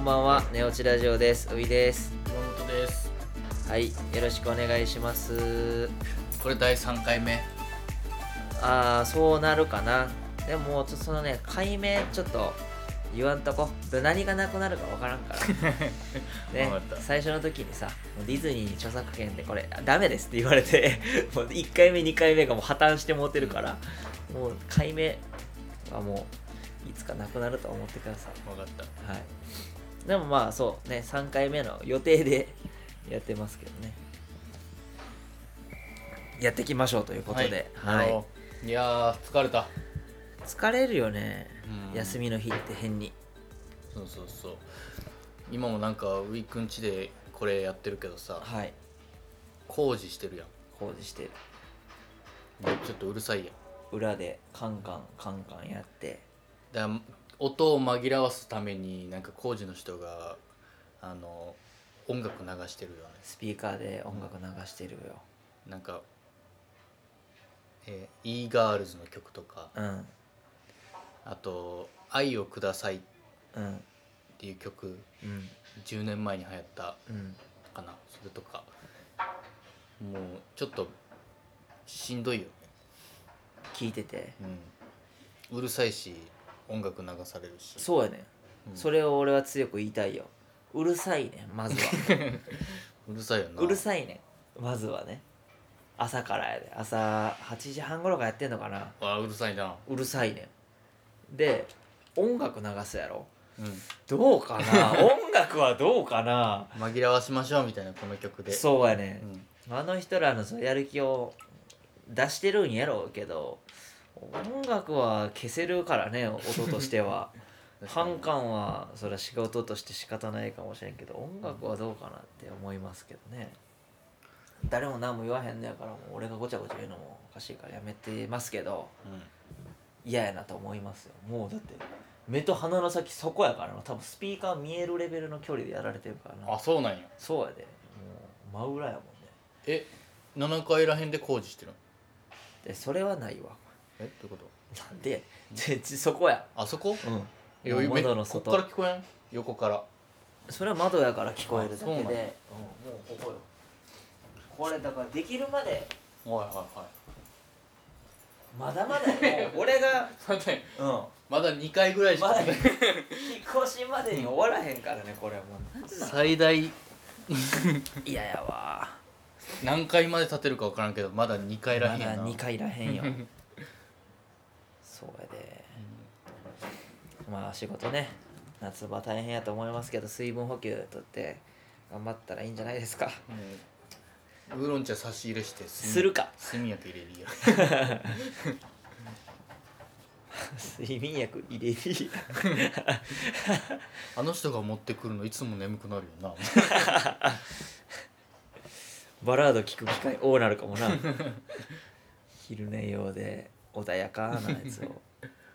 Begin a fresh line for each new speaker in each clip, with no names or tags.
ばんは、ネオチラジオです。ういです。
山本です。
はい、よろしくお願いします。
これ第3回目。
そうなるかな。でもそのね、回目ちょっと言わんとこ。何がなくなるかわからんからね。最初の時にさ、ディズニーに著作権でこれダメですって言われてもう1回目2回目がもう破綻してもうてるから、もう回目はもういつかなくなると思ってください。
分かった。
はい。でもまあそうね、3回目の予定でやってますけどね、やっていきましょうということで、
はい、いやー疲れた。
疲れるよね、休みの日って変に。
そう今もなんかウィークんちでこれやってるけどさ、
はい、
工事してるやん。
工事してる。
ちょっとうるさいやん。
裏でカンカンやって、
だから音を紛らわすためになんか工事の人が音楽流してるよね。
スピーカーで音楽流してるよ。
なんかe-girls の曲とか、あと愛をくださいっていう曲、10年前に流行ったかな、それとかもうちょっとしんどいよね。
聞いてて、
うるさいし音楽流されるし。
そうやね、それを俺は強く言いたいよ。うるさいね、まずは
うるさいよな。
うるさいね、まずはね。朝からやで、朝8時半頃からやってんのかな。
うるさいな。
うるさいね。で、音楽流すやろ、どうかな音楽はどうかな。
紛らわしましょうみたいな、この曲で。
そうやね、あの人らのそのやる気を出してるんやろうけど、音楽は消せるからね、音としては反感はそれは仕事として仕方ないかもしれんけど、音楽はどうかなって思いますけどね。誰も何も言わへんのやから、もう俺がごちゃごちゃ言うのもおかしいからやめてますけど、嫌やなと思いますよ。もうだって目と鼻の先そこやからな。多分スピーカー見えるレベルの距離でやられてるからな。
あ、そうなんや。
そうやで、もう真裏やもんね。
7階らへんで工事してるの？
でそれはないわ。
どういうこと？
なんでそこや。
あそこ？
窓の外。
こっから聞こえん？横から。
それは窓やから聞こえるだけで、もう
もう
ここよ。これだからできるまでまだまだよ。俺が
まだ2回ぐらいしか
まだ引っ越しまでに終わらへんからね、これはもう。
最大
嫌やわ。
何回まで建てるか分からんけど、まだ2回らへんやな。
まだ2回らへんよそうやで、まあ仕事ね、夏場大変やと思いますけど、水分補給とって頑張ったらいいんじゃないですか。
ウーロン茶差し入れして
するか。
睡眠薬入れるや
睡眠薬入れる
あの人が持ってくるのいつも眠くなるよな
バラード聴く機会多なるかもな昼寝用で穏やかなやつを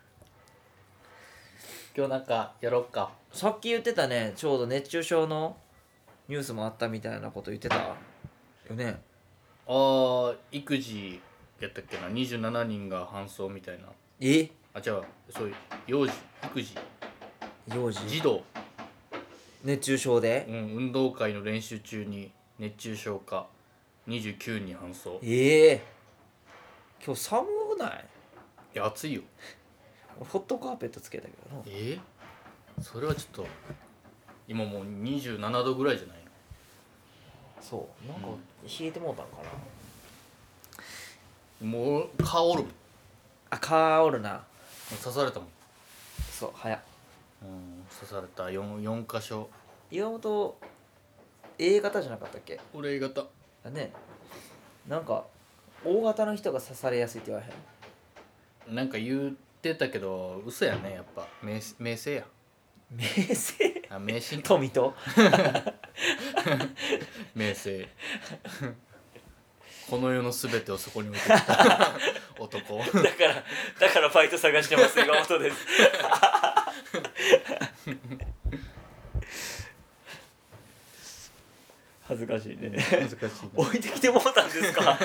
今日なんかやろっか。
さっき言ってたね、ちょうど熱中症のニュースもあったみたいなこと言ってたよね。
育児やったっけな、27人が搬送みたいな。違う、そういう幼児、育児、児童
熱中症で、
運動会の練習中に熱中症か29人搬送。
今日寒くない？
いや暑いよ。
ホットカーペットつけたけどな。
それはちょっと今もう27度ぐらいじゃないの？
そうなんか冷えてもうたんかな。
もう蚊おるもん。
蚊おるな。
刺されたもん。
そう、早っ。
刺された 4箇所。
岩本 A 型じゃなかったっけ？
俺 A 型
だね。なんか大型の人が刺されやすいって言わへん？
なんか言ってたけど嘘やね。やっぱ名声や。
名声？
迷信か。
富と
名声この世のすべてをそこに置いてきた男
だからバイト探してます岩本です恥ずかしいね。
恥ずかしい、ね、
置いてきてもうたんですか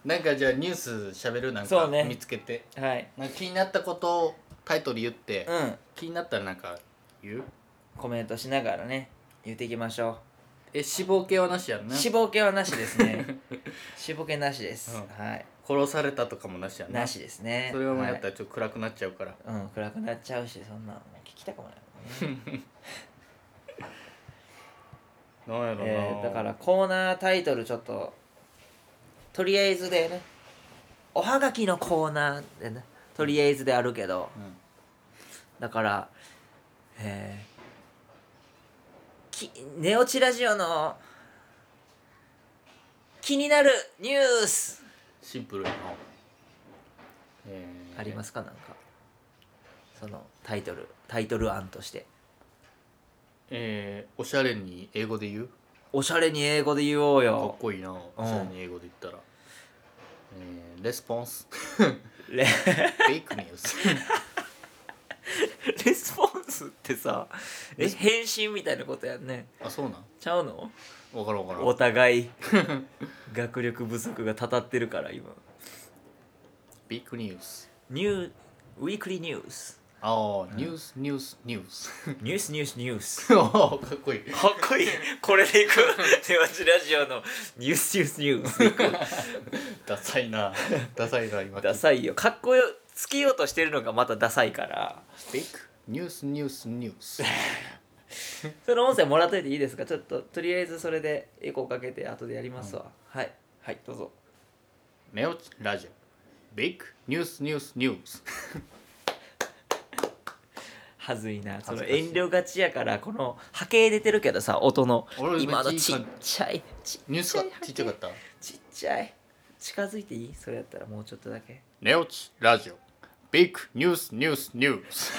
なんかじゃあニュース喋るなんか
そうね
見つけて、
はい。
なんか気になったことをタイトル言って、
うん。
気になったらなんか言う。
コメントしながらね言っていきましょ
脂肪系はなしやん
う。
な。
脂肪系はなしですね。脂肪系なしです、はい。
殺されたとかもなしやんな。
なしですね。
それはもうやったらちょっと暗くなっちゃうから、
うん、暗くなっちゃうし、そんなんもう聞きたくもないもんね。
なんやろな、
だからコーナータイトルちょっととりあえずでね、おはがきのコーナーでね、とりあえずであるけど、だから寝落ちラジオの気になるニュース
シンプルやな。
ありますか？なんかそのタイトル案として。
おしゃれに英語で言う。
おしゃれに英語で言おう
かっ
よ。
こいいな、おしゃれに英語で言ったら、レスポンス
レ
フェイクニュース
レスポンスってさ、返信みたいなことやんね。
あ、そうなん。
ちゃうの？
分からん分からん。
お互い学力不足がたたってるから今。
ビッグニュース。
ウィークリーニュース。
ああ、ニュースニュースニュース
ニュースニュースニュース。
かっこいい。
かっこいい。これでいく。手待ちラジオのニュースニュースニュースでいく。
ダサいな。ダサいな今。
ダサいよ。かっこよつけようとしてるのがまたダサいから。
ビッグニュースニュースニュース
その音声もらっといていいですか？ちょっととりあえずそれでエコーかけて後でやりますわ。はいはい、どうぞ。
寝落ちラジオビッグニュースニュースニュース
はずいな。その遠慮がちやからこの波形出てるけどさ、音の今のちっちゃい
ニュースがちっちゃかった。
ちっちゃい。近づいていい？それやったらもうちょっとだけ。
寝落ちラジオビッグニュースニュースニュース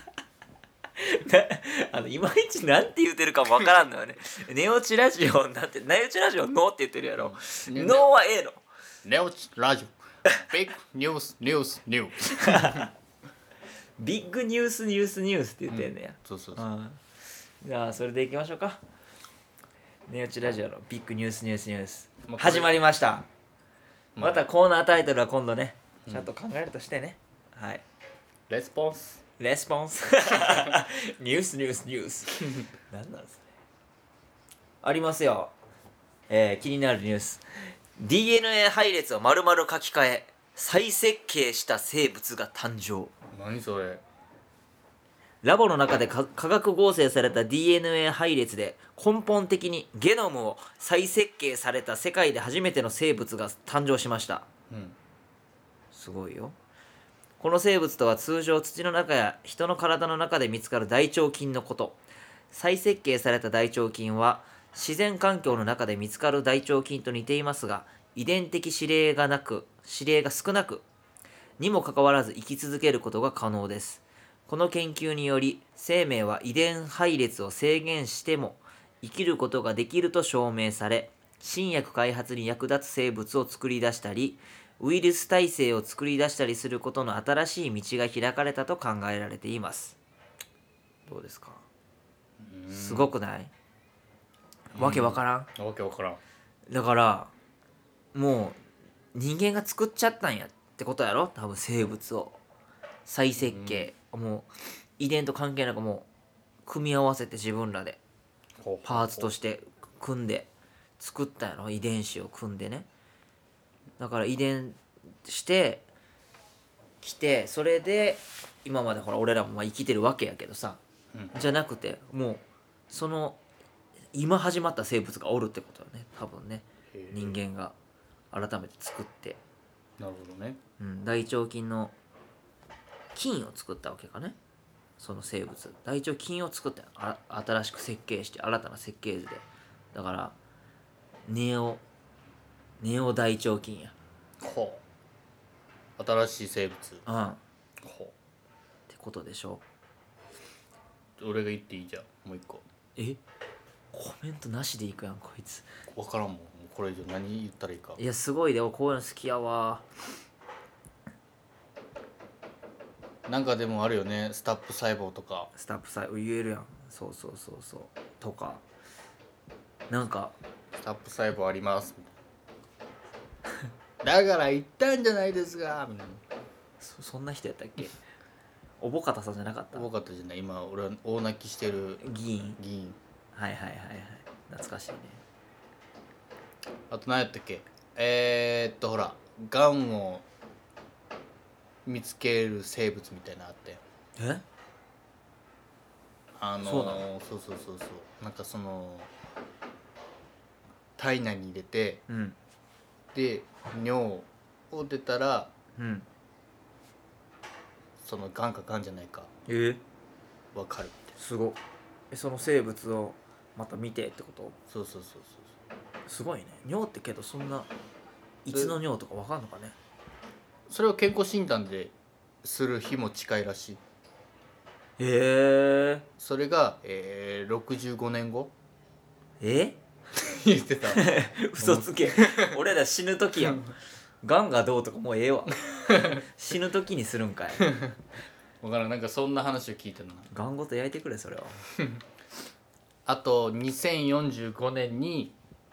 いまいちなんて言うてるかもわからんのよね。寝落ちラジオなんて、寝落ちラジオノーって言ってるやろ。ノーはええの。
寝落ちラジオビッグニュースニュースニュース
ビッグニュースニュースニュースって言ってんねや。
そうそうそう。
じゃあそれでいきましょうか。寝落ちラジオのビッグニュースニュースニュース始まりました。またコーナータイトルは今度ね、ちゃんと考えるとしてね。はい。
レスポンス
ニュースニュースニュース何なんですね。ありますよ。気になるニュース。 DNA 配列を丸々書き換え再設計した生物が誕生。
何それ。
ラボの中で化学合成された DNA 配列で根本的にゲノムを再設計された世界で初めての生物が誕生しました。すごいよ。この生物とは通常土の中や人の体の中で見つかる大腸菌のこと。再設計された大腸菌は自然環境の中で見つかる大腸菌と似ていますが、遺伝的指令が少なくにもかかわらず生き続けることが可能です。この研究により生命は遺伝配列を制限しても生きることができると証明され、新薬開発に役立つ生物を作り出したりウイルス耐性を作り出したりすることの新しい道が開かれたと考えられています。どうですか？すごくない？わけわからん。
わけわからん。
だからもう人間が作っちゃったんやってことやろ、多分生物を再設計、もう遺伝と関係なくもう組み合わせて自分らでパーツとして組んで作ったんやろ、遺伝子を組んでね。だから遺伝してきて、それで今までほら俺らもまあ生きてるわけやけどさ、じゃなくてもうその今始まった生物がおるってことよね、多分ね。人間が改めて作って、
なるほどね。
大腸菌の菌を作ったわけかね。その生物大腸菌を作ったよ。新しく設計して新たな設計図で。だからネオ大腸菌や。
ほう。新しい生物。
ほ
う
ってことでしょ。
俺が言っていい？じゃんもう一個。
コメントなしでいくやんこいつ。
分からんもん、もうこれ以上何言ったらいいか。
いやすごいで、こういうの好きやわ。
なんかでもあるよね、スタップ細胞とか。
スタップ細胞言えるやん。そうとかなんか
スタップ細胞ありますだから言ったんじゃないですかみたいな。
そんな人やったっけ？おぼかたさんじゃなかった？
多かったじゃない。今俺は大泣きしてる
議員。
はい
はいはいはい。懐かしいね。
あと何やったっけ。ほらがんを見つける生物みたいなのあって、
え？
そうなの？そうなんかその体内に入れて、うん、で尿を出たら、うん、そのがんかがんじゃないか分かるって。
すごい。その生物をまた見てってこと？
そう
すごいね。尿ってけどそんないつの尿とか分かんのかね。
それを健康診断でする日も近いらしい。
へえ。
それが、65年後
言
ってた。
嘘つけ。俺ら死ぬ時やん。がんがどうとかもうええわ。死ぬ時にするんかい。
分からん、なんかそんな話を聞いてるな。
がんごと焼いてくれそれは。
あと2045年に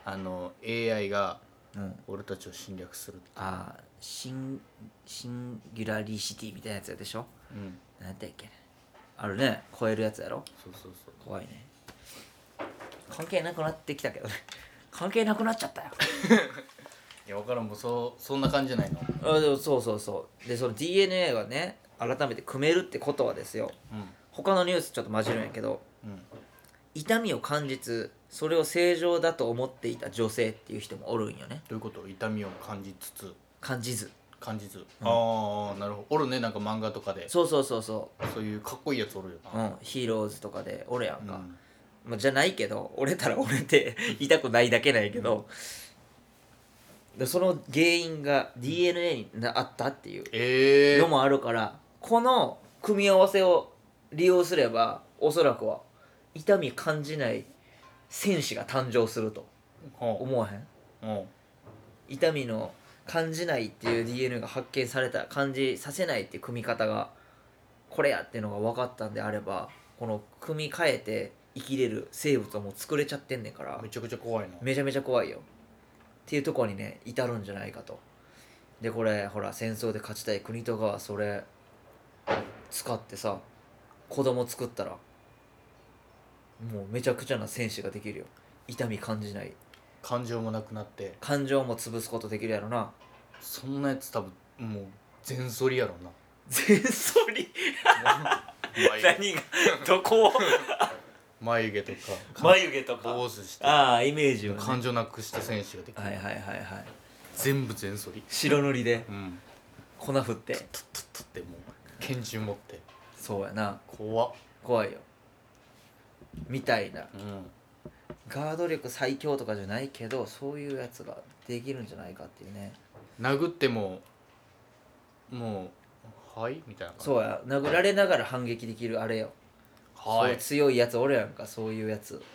AI が俺たちを侵略するって、
ああシンギュラリシティみたいなやつやでしょ。なんだっけ、あるね、超えるやつやろ。
そう
怖いね。関係なくなってきたけどね。関係なくなっちゃったよ。
いや分からん、もうそんな感じじゃないの。
でもそうで、その DNA がね改めて組めるってことはですよ、他のニュースちょっと混じるんやけど、痛みを感じつそれを正常だと思っていた女性っていう人もおるんよね。
どういうこと？痛みを感じつつ
感じず、
ああなるほど。おるね、なんか漫画とかで
そう
いうかっこいいやつおるよな、
ヒーローズとかでおるやんか、まあ、じゃないけど折れたら折れて痛くないだけないけど、でその原因が DNA にあったっていうのもあるから、この組み合わせを利用すればおそらくは痛み感じない戦士が誕生すると思わへん？痛みの感じないっていう DNA が発見された、感じさせないっていう組み方がこれやっていうのが分かったんであれば、この組み替えて生きれる生物はもう作れちゃってんねんから、
めちゃくちゃ怖いな。
めちゃめちゃ怖いよっていうところにね至るんじゃないかと。でこれほら戦争で勝ちたい国とかはそれ使ってさ子供作ったらもうめちゃくちゃな戦士ができるよ。痛み感じない、
感情もなくなって
感情も潰すことできるやろな。
そんなやつ多分もう全反りやろな。
全反り何がどこ
眉毛とか坊主して、
ああイメージを、ね、
感情なくした戦士ができる。
はい
全部全反り、
白塗りで、粉振って
トッってもう拳銃持って。
そうやな、
怖
いよみたいな、ガード力最強とかじゃないけどそういうやつができるんじゃないかっていうね。
殴ってももうはいみたいな。
そうや、殴られながら反撃できるあれよ。はい、強いやつおるやんか、そういうやつ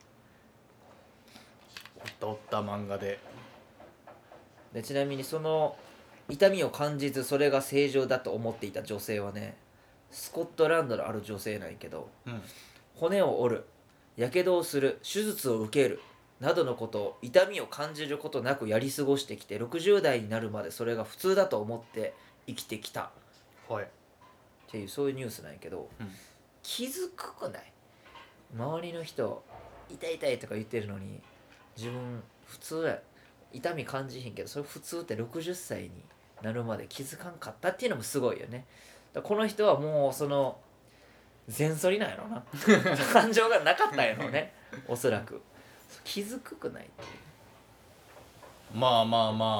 おった漫画で。
ちなみにその痛みを感じずそれが正常だと思っていた女性はね、スコットランドのある女性なんやけど、骨を折る、やけどをする、手術を受けるなどのことを痛みを感じることなくやり過ごしてきて、60代になるまでそれが普通だと思って生きてきた、っていうそういうニュースなんやけど、気づくくない？周りの人痛い痛いとか言ってるのに自分普通や、痛み感じひんけどそれ普通って60歳になるまで気づかんかったっていうのもすごいよね。だこの人はもうその全反りなんやろな感情がなかったんやろねおそらく。気づくくないっていう。
まあ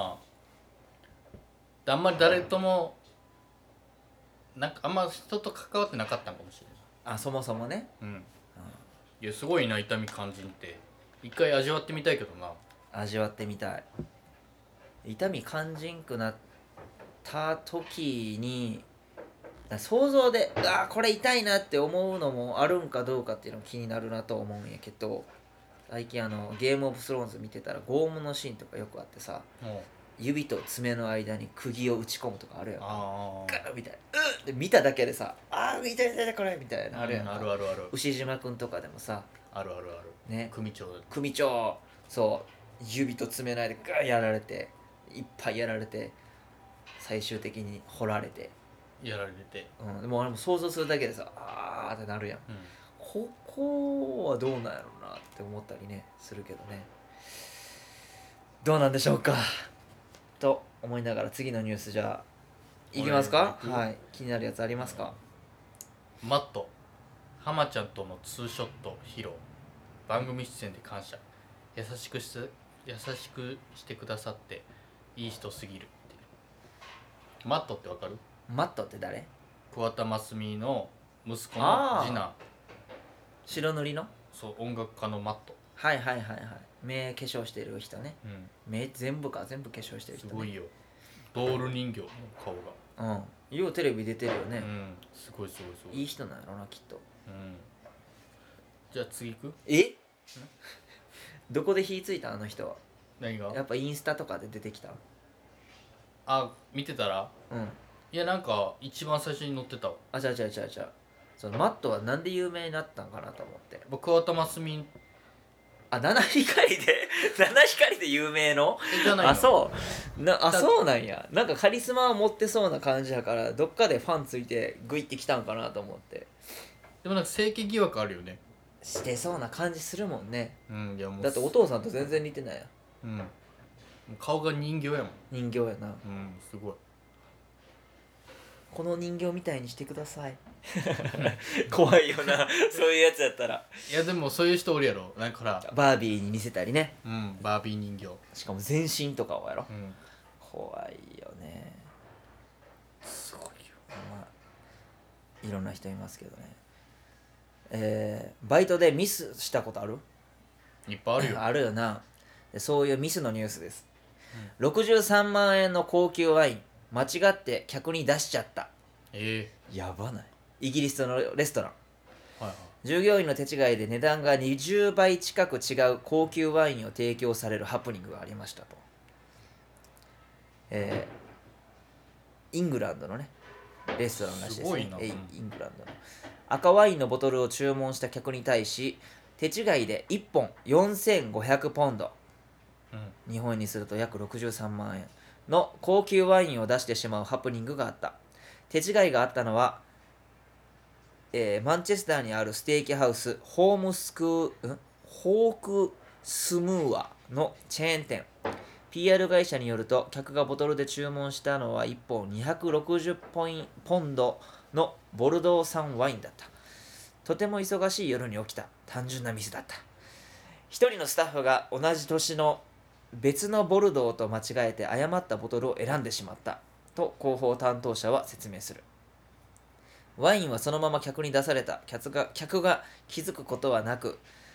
あんまり誰ともなんかあんま人と関わってなかったんかもしれない。
そもそもね。
いやすごいな、痛み感じんって一回味わってみたいけどな。
味わってみたい。痛み感じんくなった時に想像でこれ痛いなって思うのもあるんかどうかっていうのも気になるなと思うんやけど、最近ゲームオブスローンズ見てたら拷問のシーンとかよくあってさ、指と爪の間に釘を打ち込むとかあるやんか。ガーみたいな、で見ただけでさ痛いこれみたいなあるやんか。
ある
牛島くんとかでもさ
あるね、組長
そう指と爪の間でガーやられていっぱいやられて最終的に掘られて
やられて、
でもあれも想像するだけでさあーってなるやん、ここはどうなんやろうなって思ったりねするけどね。どうなんでしょうかと思いながら次のニュースじゃあいきますか。はい、気になるやつありますか。
マット浜ちゃんとのツーショット披露、番組出演で感謝、優しくしてくださっていい人すぎるっていう。マットってわかる？
マットって誰？
桑田真澄の息子の次男。
白塗りの？
そう、音楽家のマット。
はいはいはいはい。目化粧してる人ね、目全部化粧してる人、ね、
すごいよ。ドール人形の顔
がようテレビ出てるよね、
すごいすごいすごい。
いい人なんやろなきっと。
じゃあ次行く？
どこで火ついたあの人は。
何が？
やっぱインスタとかで出てきた？
見てたら？いやなんか一番最初に載ってたわ。
じゃあそのマットはなんで有名になったんかなと思って。
桑田真澄。
七光で有名の？
じゃないの？
そうなんや。なんかカリスマを持ってそうな感じだからどっかでファンついてグイってきたんかなと思って。
でもなんか整形疑惑あるよね。
してそうな感じするもんね。
いやもう
だってお父さんと全然似てないや。
顔が人形やもん。
人形やな。
すごい。
この人形みたいにしてください。怖いよなそういうやつやったら。
いやでもそういう人おるやろ。だから
バービーに似せたりね。
バービー人形。
しかも全身とかをやろ。怖いよね。
すごいよ。
いろんな人いますけどね。バイトでミスしたことある？
いっぱいあるよ。
あるよな。そういうミスのニュースです。63万円の高級ワイン間違って客に出しちゃった。やばない？イギリスのレストラン、従業員の手違いで値段が20倍近く違う高級ワインを提供されるハプニングがありましたと。イングランドのねレストランらしいですね。イングランドの赤ワインのボトルを注文した客に対し手違いで1本4500ポンド、日本円にすると約63万円の高級ワインを出してしまうハプニングがあった。手違いがあったのは、マンチェスターにあるステーキハウスホークスムーアのチェーン店。 PR 会社によると客がボトルで注文したのは1本260ポンドのボルドー産ワインだった。とても忙しい夜に起きた単純なミスだった。一人のスタッフが同じ年の別のボルドーと間違えて誤ったボトルを選んでしまったと広報担当者は説明する。ワインはそのまま客に出された。客が気づくことはなく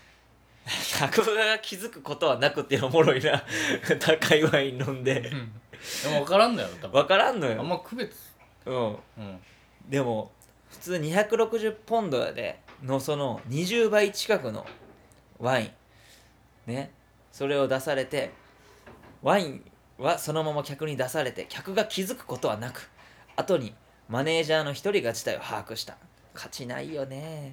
っていうのおもろいな高いワイン飲んで
でも分からんのやろ多分。
分からんのよ。
あんま区別。
でも普通260ポンドでのその20倍近くのワインね、それを出されて、ワインはそのまま客に出されて客が気づくことはなく、後にマネージャーの一人が事態を把握した。価値ないよね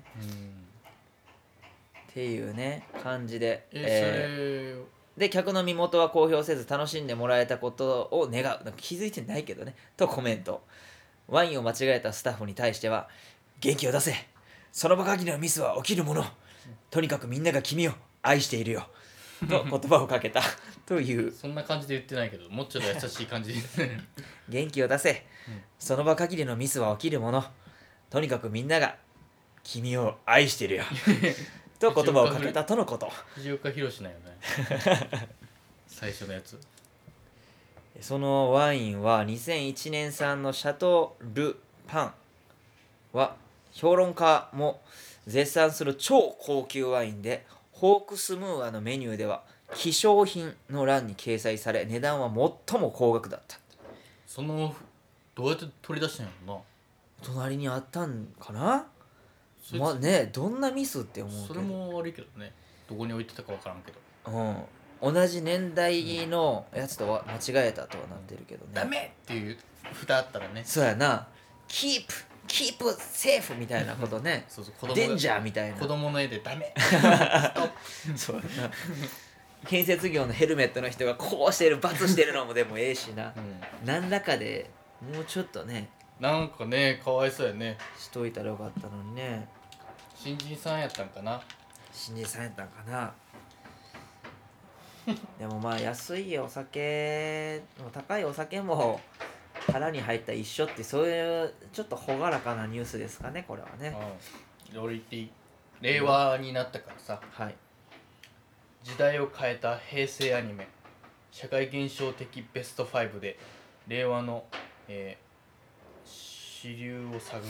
っていうね感じで、で客の身元は公表せず楽しんでもらえたことを願う。なんか気づいてないけどねとコメント。ワインを間違えたスタッフに対しては、元気を出せ、その場限りのミスは起きるもの、とにかくみんなが君を愛しているよと言葉をかけたという。
そんな感じで言ってないけど、もうちょっと優しい感じ
元気を出せ、その場限りのミスは起きるもの、とにかくみんなが君を愛しているよと言葉をかけたとのこと。
藤岡弘なんよね最初のやつ。
そのワインは2001年産のシャトー・ル・パンは評論家も絶賛する超高級ワインで、ホークスムーアのメニューでは希少品の欄に掲載され、値段は最も高額だった。
そのどうやって取り出したんやろな。
隣にあったんかな。まあね、どんなミスって思うけど。
それも悪いけどね、どこに置いてたか分からんけど。
同じ年代のやつとは間違えたとはなってるけどね。
ダメっていう札あったらね。
そうやな。キープセーフみたいなことね
そうデ
ンジャーみたいな
子供の絵でダメ
そうやな。 建設業のヘルメットの人がこうしてる罰してるのもでもええしな、
うん、
何らかでもうちょっとね
なんかねかわいそうやね。
しといたらよかったのにね。
新人さんやったんかな。
新人さんやったんかなでもまあ安いお酒高いお酒も腹に入ったら一緒ってそういうちょっと朗らかなニュースですかねこれはね。
うん、俺言っていい？令和になったからさ、
はい。
時代を変えた平成アニメ社会現象的ベスト5で令和の、支流を探る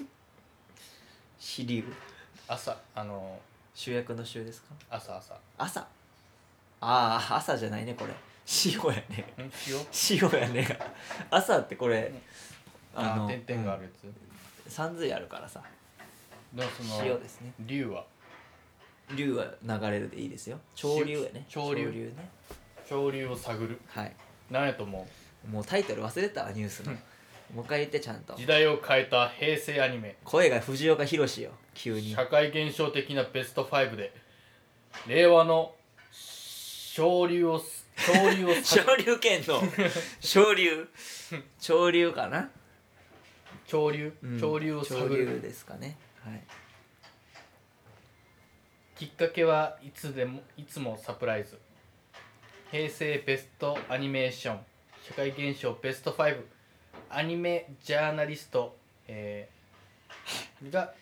支流
朝
主役の主ですか？
朝
朝。ああ朝じゃないねこれ塩やね。
塩
塩やね。朝ってこれ
点々があるやつ、
三髄あるからさ。
でもその
塩ですね。
流は
流は流れるでいいですよ。潮流やね。
潮流
ね。
潮流を探る。
はい。
何やと思
もうタイトル忘れたわニュースの。もう一回言ってちゃんと。
う？時代を変えた平成アニメ
声が藤岡弘よ急に。
社会現象的なベスト5で令和の潮流を
潮流圏の潮流かな。
潮流を探る。
潮流ですかね。はい。
きっかけはいつもサプライズ。平成ベストアニメーション社会現象ベスト5アニメジャーナリスト、が、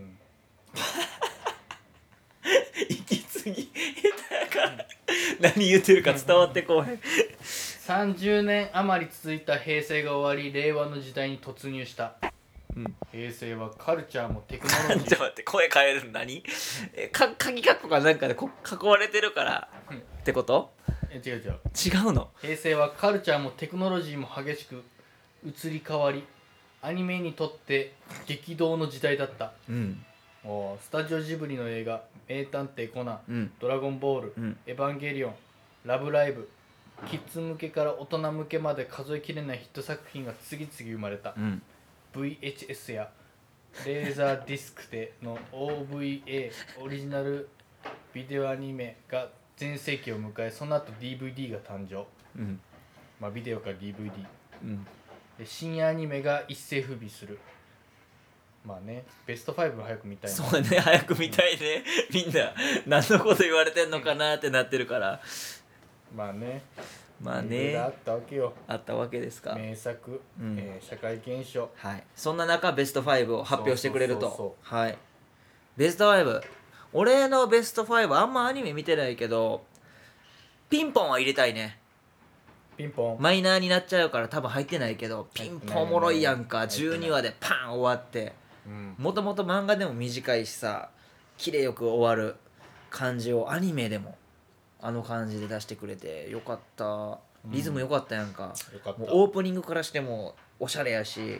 息継ぎ下手やから何言ってるか伝わってこうへん。
30年余り続いた平成が終わり令和の時代に突入した、平成はカルチャーもテクノロジー
ちょっと待って声変えるの何？鍵カッコかなんかで囲われてるからってこと？
違う
違うの？
平成はカルチャーもテクノロジーも激しく移り変わりアニメにとって激動の時代だった、スタジオジブリの映画「名探偵コナン」ドラゴンボール」エヴァンゲリオン」「ラブライブ」キッズ向けから大人向けまで数えきれないヒット作品が次々生まれた、VHS やレーザーディスクでの OVA オリジナルビデオアニメが全盛期を迎えその後 DVD が誕生、ビデオから DVD、で深夜アニメが一世風靡する。まあねベスト5早く見たいな。
そうね早く見たいねみんな何のこと言われてんのかなってなってるから。
まあね
いろいろ
あったわけよ。
あったわけですか。
名作、社会現象。
はい。そんな中ベスト5を発表してくれると。
そう
はい。ベスト5。俺のベスト5あんまアニメ見てないけどピンポンは入れたいね。
ピンポン
マイナーになっちゃうから多分入ってないけどピンポンおもろいやんか。12話でパン終わってもともと漫画でも短いしさ綺麗よく終わる感じをアニメでもあの感じで出してくれてよかった。リズムよかったやんか、
よかった。
もうオープニングからしてもおしゃれやし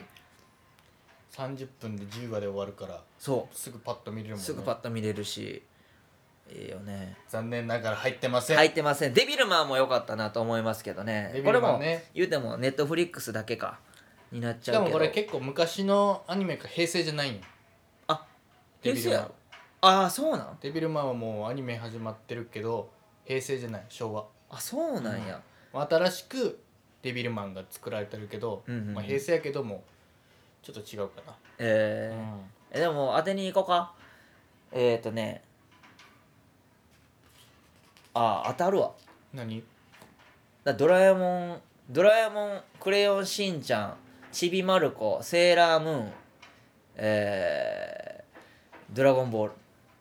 30分で10話で終わるから
そう
すぐパッと見れるもんね。
すぐパッと見れるしいいよね。
残念ながら入ってません。
入ってません。デビルマンも良かったなと思いますけどね。
デビ
これも
ルマンね
言うてもネットフリックスだけかになっちゃうけど。
しかもこれ結構昔のアニメか平成じゃないんよ。
あ
デビルマン。
ああそうなん。
デビルマンはもうアニメ始まってるけど平成じゃない昭和。
あそうなんや、
新しくデビルマンが作られてるけど、平成やけどもちょっと違うかな。
でも当てに行こうか。当たるわ。
何？
ドラえもんクレヨンしんちゃんちびまる子セーラームーンドラゴンボール。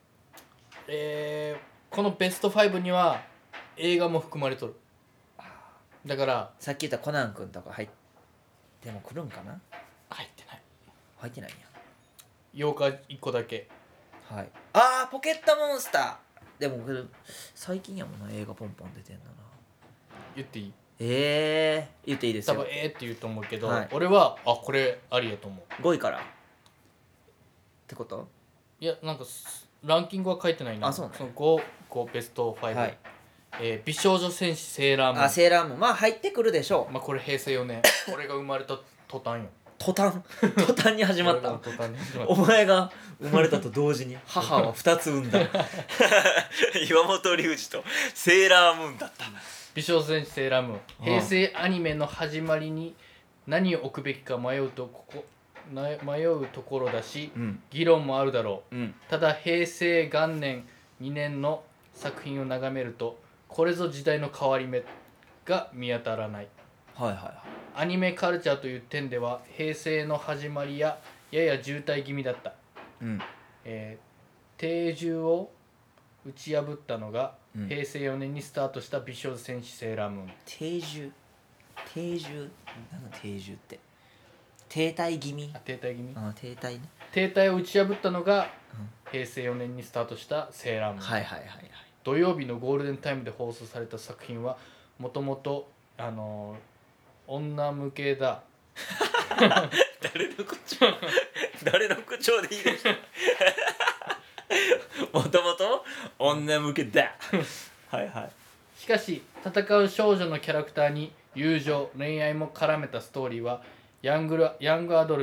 このベスト5には映画も含まれとる。だから
さっき言ったコナン君とか入っても来るんかな。
入ってない。
入ってないんや。
8日1個だけ。
はい。ポケットモンスター。でもこれ最近やもんな映画ポンポン出てんだな。
言っていい？
言っていいですよ。
多分って言うと思うけど、
はい、
俺はこれありやと思う。
5位からってこと？
いやなんかランキングは書いてないな。
そうね。
その5ベスト5、はい、美少女戦士セーラームーン。
セーラームーンまあ入ってくるでしょう。
これ平成4年俺が生まれた途端よ。
途端に始まった
途端に始まった。
お前が生まれたと同時に母は2つ産んだ岩本龍二とセーラームーンだった。
美少女戦士セーラームーン、平成アニメの始まりに何を置くべきか迷うところだし、議論もあるだろう、ただ平成元年2年の作品を眺めるとこれぞ時代の変わり目が見当たらない。アニメカルチャーという点では平成の始まりやや渋滞気味だった、定住を打ち破ったのが、平成4年にスタートした美少女戦士セーラームーン。
定住何の定住って停滞気味。
停滞気味。
停滞ね。
停滞を打ち破ったのが、平成4年にスタートしたセーラームーン。土曜日のゴールデンタイムで放送された作品はもともと女向けだ
誰の口調でいいでしょもともと女向けだ
しかし戦う少女のキャラクターに友情恋愛も絡めたストーリーはヤングアダル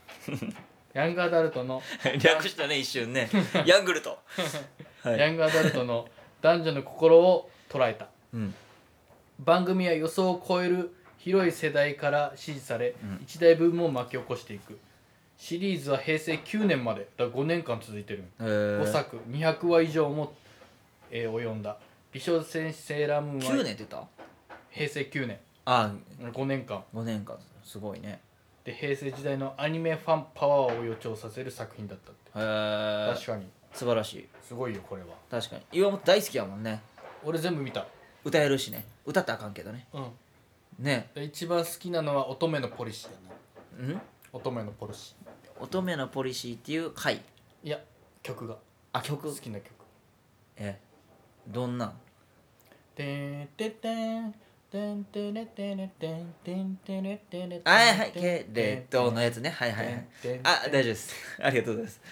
トの
略したね一瞬ねヤングルト
ヤングアダルトの男女の心を捉えた、番組は予想を超える広い世代から支持され、一大ブームを巻き起こしていく。シリーズは平成9年までだ5年間続いてる、5作200話以上も、及んだ美少女戦士セーラームーンは
9年って言った？
平成9年5年間
すごいね。
で平成時代のアニメファンパワーを予兆させる作品だったって。確かに
素晴らしい。
すごいよこれは。
確かに岩本大好きやもんね。
俺全部見た。
歌えるしね。歌ったらあかんけどね。ね。
一番好きなのは乙女のポリシーだな。乙女のポリシー。
乙女のポリシーっていう回。
いや曲が。
曲。
好きな曲。
どんなん？
てんててんてんてれてれてんてんてれてれ
けれどのやつね。大丈夫です。ありがとうございます。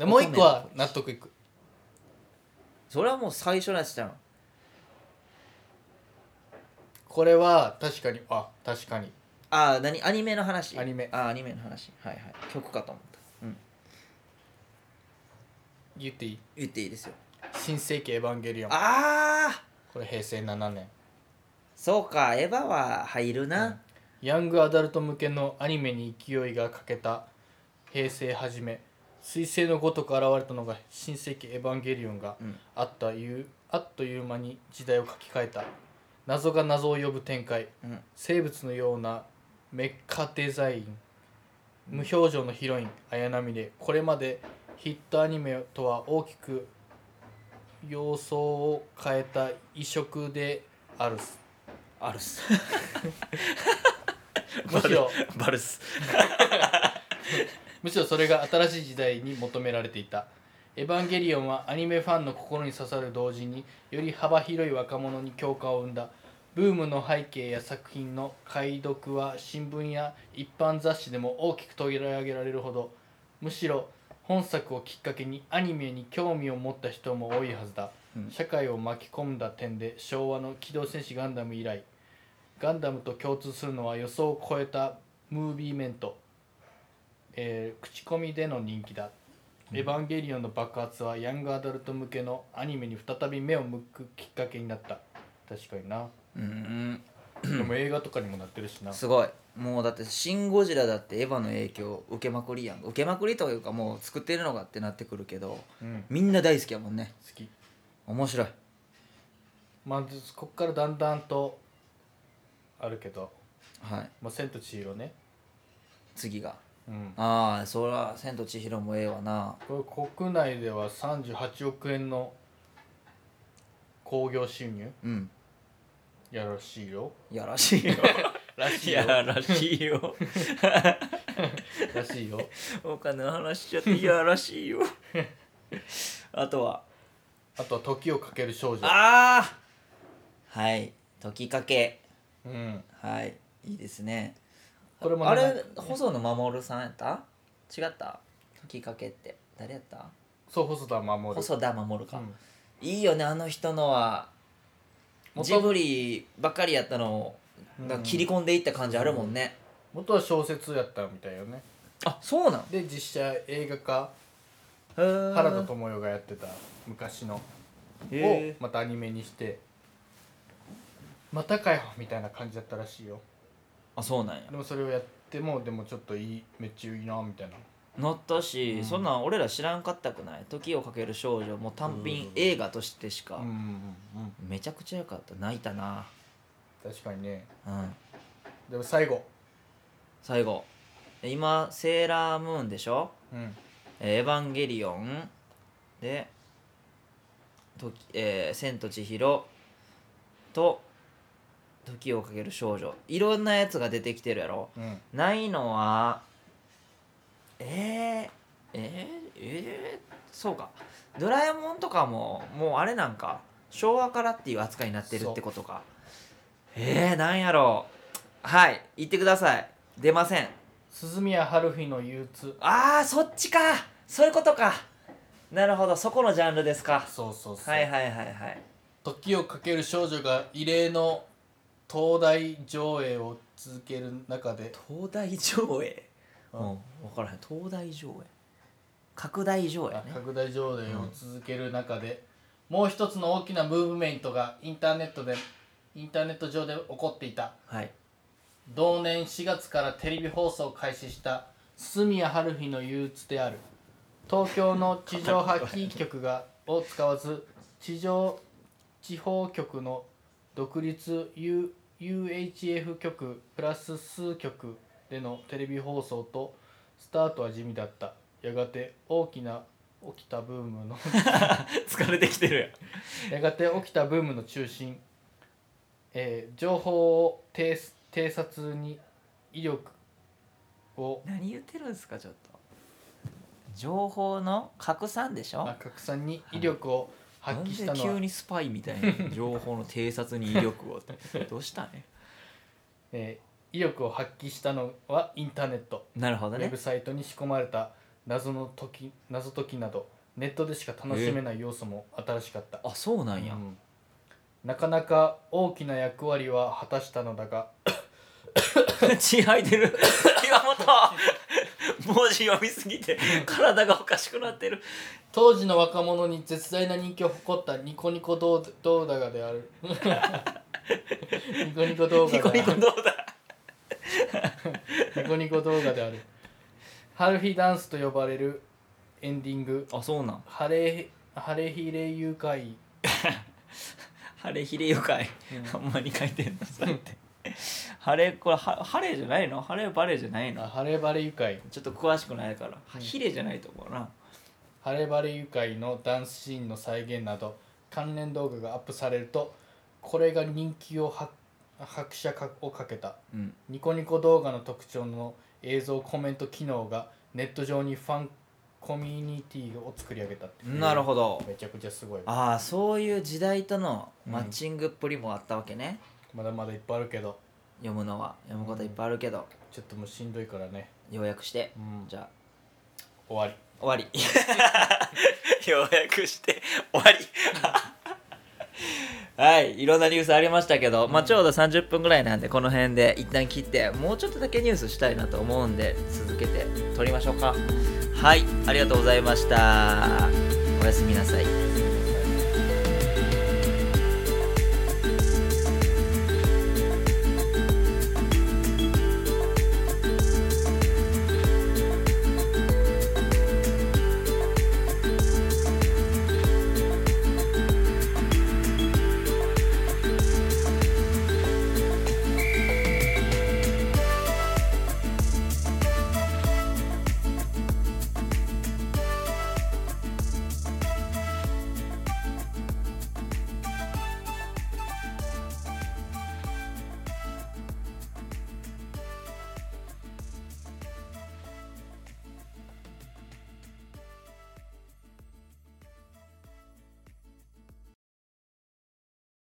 もう一個は納得いく。
それはもう最初のやつじゃん。
これは確かに
何アニメの話。
アニメ
の話。曲かと思った。
言っていい？
言っていいですよ。
新世紀エヴァンゲリオン。これ平成7年。
そうか、エヴァは入るな。
ヤングアダルト向けのアニメに勢いが欠けた平成初め、彗星のごとく現れたのが新世紀エヴァンゲリオンが、あっという間に時代を書き換えた。謎が謎を呼ぶ展開、生物のようなメッカデザイン、無表情のヒロイン綾波で、これまでヒットアニメとは大きく様相を変えた異色であるすむしろ
バルス
むしろそれが新しい時代に求められていた。エヴァンゲリオンはアニメファンの心に刺さる同時により幅広い若者に共感を生んだ。ブームの背景や作品の解読は新聞や一般雑誌でも大きく取り上げられるほど、むしろ本作をきっかけにアニメに興味を持った人も多いはずだ、社会を巻き込んだ点で昭和の機動戦士ガンダム以来、ガンダムと共通するのは予想を超えたムービーメント、口コミでの人気だ。エヴァンゲリオンの爆発はヤングアダルト向けのアニメに再び目を向くきっかけになった。確かにな。でも映画とかにもなってるしな。
すごい。もうだってシン・ゴジラだってエヴァの影響受けまくりやん。受けまくりというかもう作ってるのがってなってくるけど、みんな大好きやもんね。
好き。
面白い。
まずこっからだんだんとあるけど、
も
う千と千尋ね。
次が。そら千と千尋もええわな。
これ国内では38億円の興行収入。やらしいよ。
らしいよ。らしいよ。お金の話しちゃってやらしいよ。あとは
時をかける少女。
時かけ。いいですね。これもあれ細野守さんやった？違った？時かけって誰やった？
そう、細田守か。
いいよね、あの人のは。ジブリばっかりやったのが切り込んでいった感じあるもんね。
元は小説やったみたいよね。
あ、そうなん。
で実写映画化、
原
田知世がやってた昔のをまたアニメにしてまたかよみたいな感じだったらしいよ。
あ、そうなんや。
でもそれをやってもでもちょっといい、めっちゃいいなみたいな
なったし、そんなん俺ら知らんかったくない？時をかける少女も単品映画としてしか、めちゃくちゃ良かった。泣いたな。
確かにね。
うん。
でも最後
今セーラームーンでしょ、エヴァンゲリオンで千と千尋と時をかける少女、いろんなやつが出てきてるやろ、ないのはそうか、ドラえもんとかももうあれなんか昭和からっていう扱いになってるってことか。なんやろう。はい、言ってください。出ません。
鈴宮春日の憂鬱。
ああ、そっちか。そういうことか。なるほど、そこのジャンルですか。
そう。
はいはいはいはい。
時をかける少女が異例の東大上映を続ける中で。
東大上映。分からへん。東大上映、拡大上映ね。
拡大上映を続ける中で、もう一つの大きなムーブメントがインターネット上で起こっていた。
はい。
同年4月からテレビ放送を開始した鈴宮春日の憂鬱である。東京の地上波キー局を使わず地方局の独立 UHF 局プラス数局でのテレビ放送とスタートは地味だった。やがて起きたブームの
疲れてきてる
やがて起きたブームの中心、情報を偵察に威力を。
何言ってるんですか。ちょっと情報の拡散でしょ。
拡散に威力を発揮したのは、
なんで急にスパイみたいな情報の偵察に威力をどうした
ね、威力を発揮したのはインターネット。
なるほどね。
ウェブサイトに仕込まれた謎解きなどネットでしか楽しめない要素も新しかった。
あ、そうなんや、
なかなか大きな役割は果たしたのだが
血吐いてる岩本文字読みすぎて体がおかしくなってる。
当時の若者に絶大な人気を誇ったニコニコ動画であるニコニコ動画である春日ダンスと呼ばれるエンディング。
あ、そうなん。
晴れひれ愉快
晴れひれ愉快、ほんまに書いてんのそれってこれ晴れじゃないの？晴れバレじゃないの？
晴れバレ愉快。
ちょっと詳しくないから、ひれじゃないと思うな。
晴れバレ愉快のダンスシーンの再現など関連動画がアップされると、これが人気を拍車をかけた、ニコニコ動画の特徴の映像コメント機能がネット上にファンコミュニティを作り上げたって。
なるほど。
めちゃくちゃすごい。
ああ、そういう時代とのマッチングっぷりもあったわけね。
まだまだいっぱいあるけど、
読むこといっぱいあるけど、
ちょっともうしんどいからね。
要約して、じゃあ
終わり
要約して終わりはい、いろんなニュースありましたけど、ちょうど30分ぐらいなんでこの辺で一旦切って、もうちょっとだけニュースしたいなと思うんで続けて撮りましょうか。はい、ありがとうございました。おやすみなさい。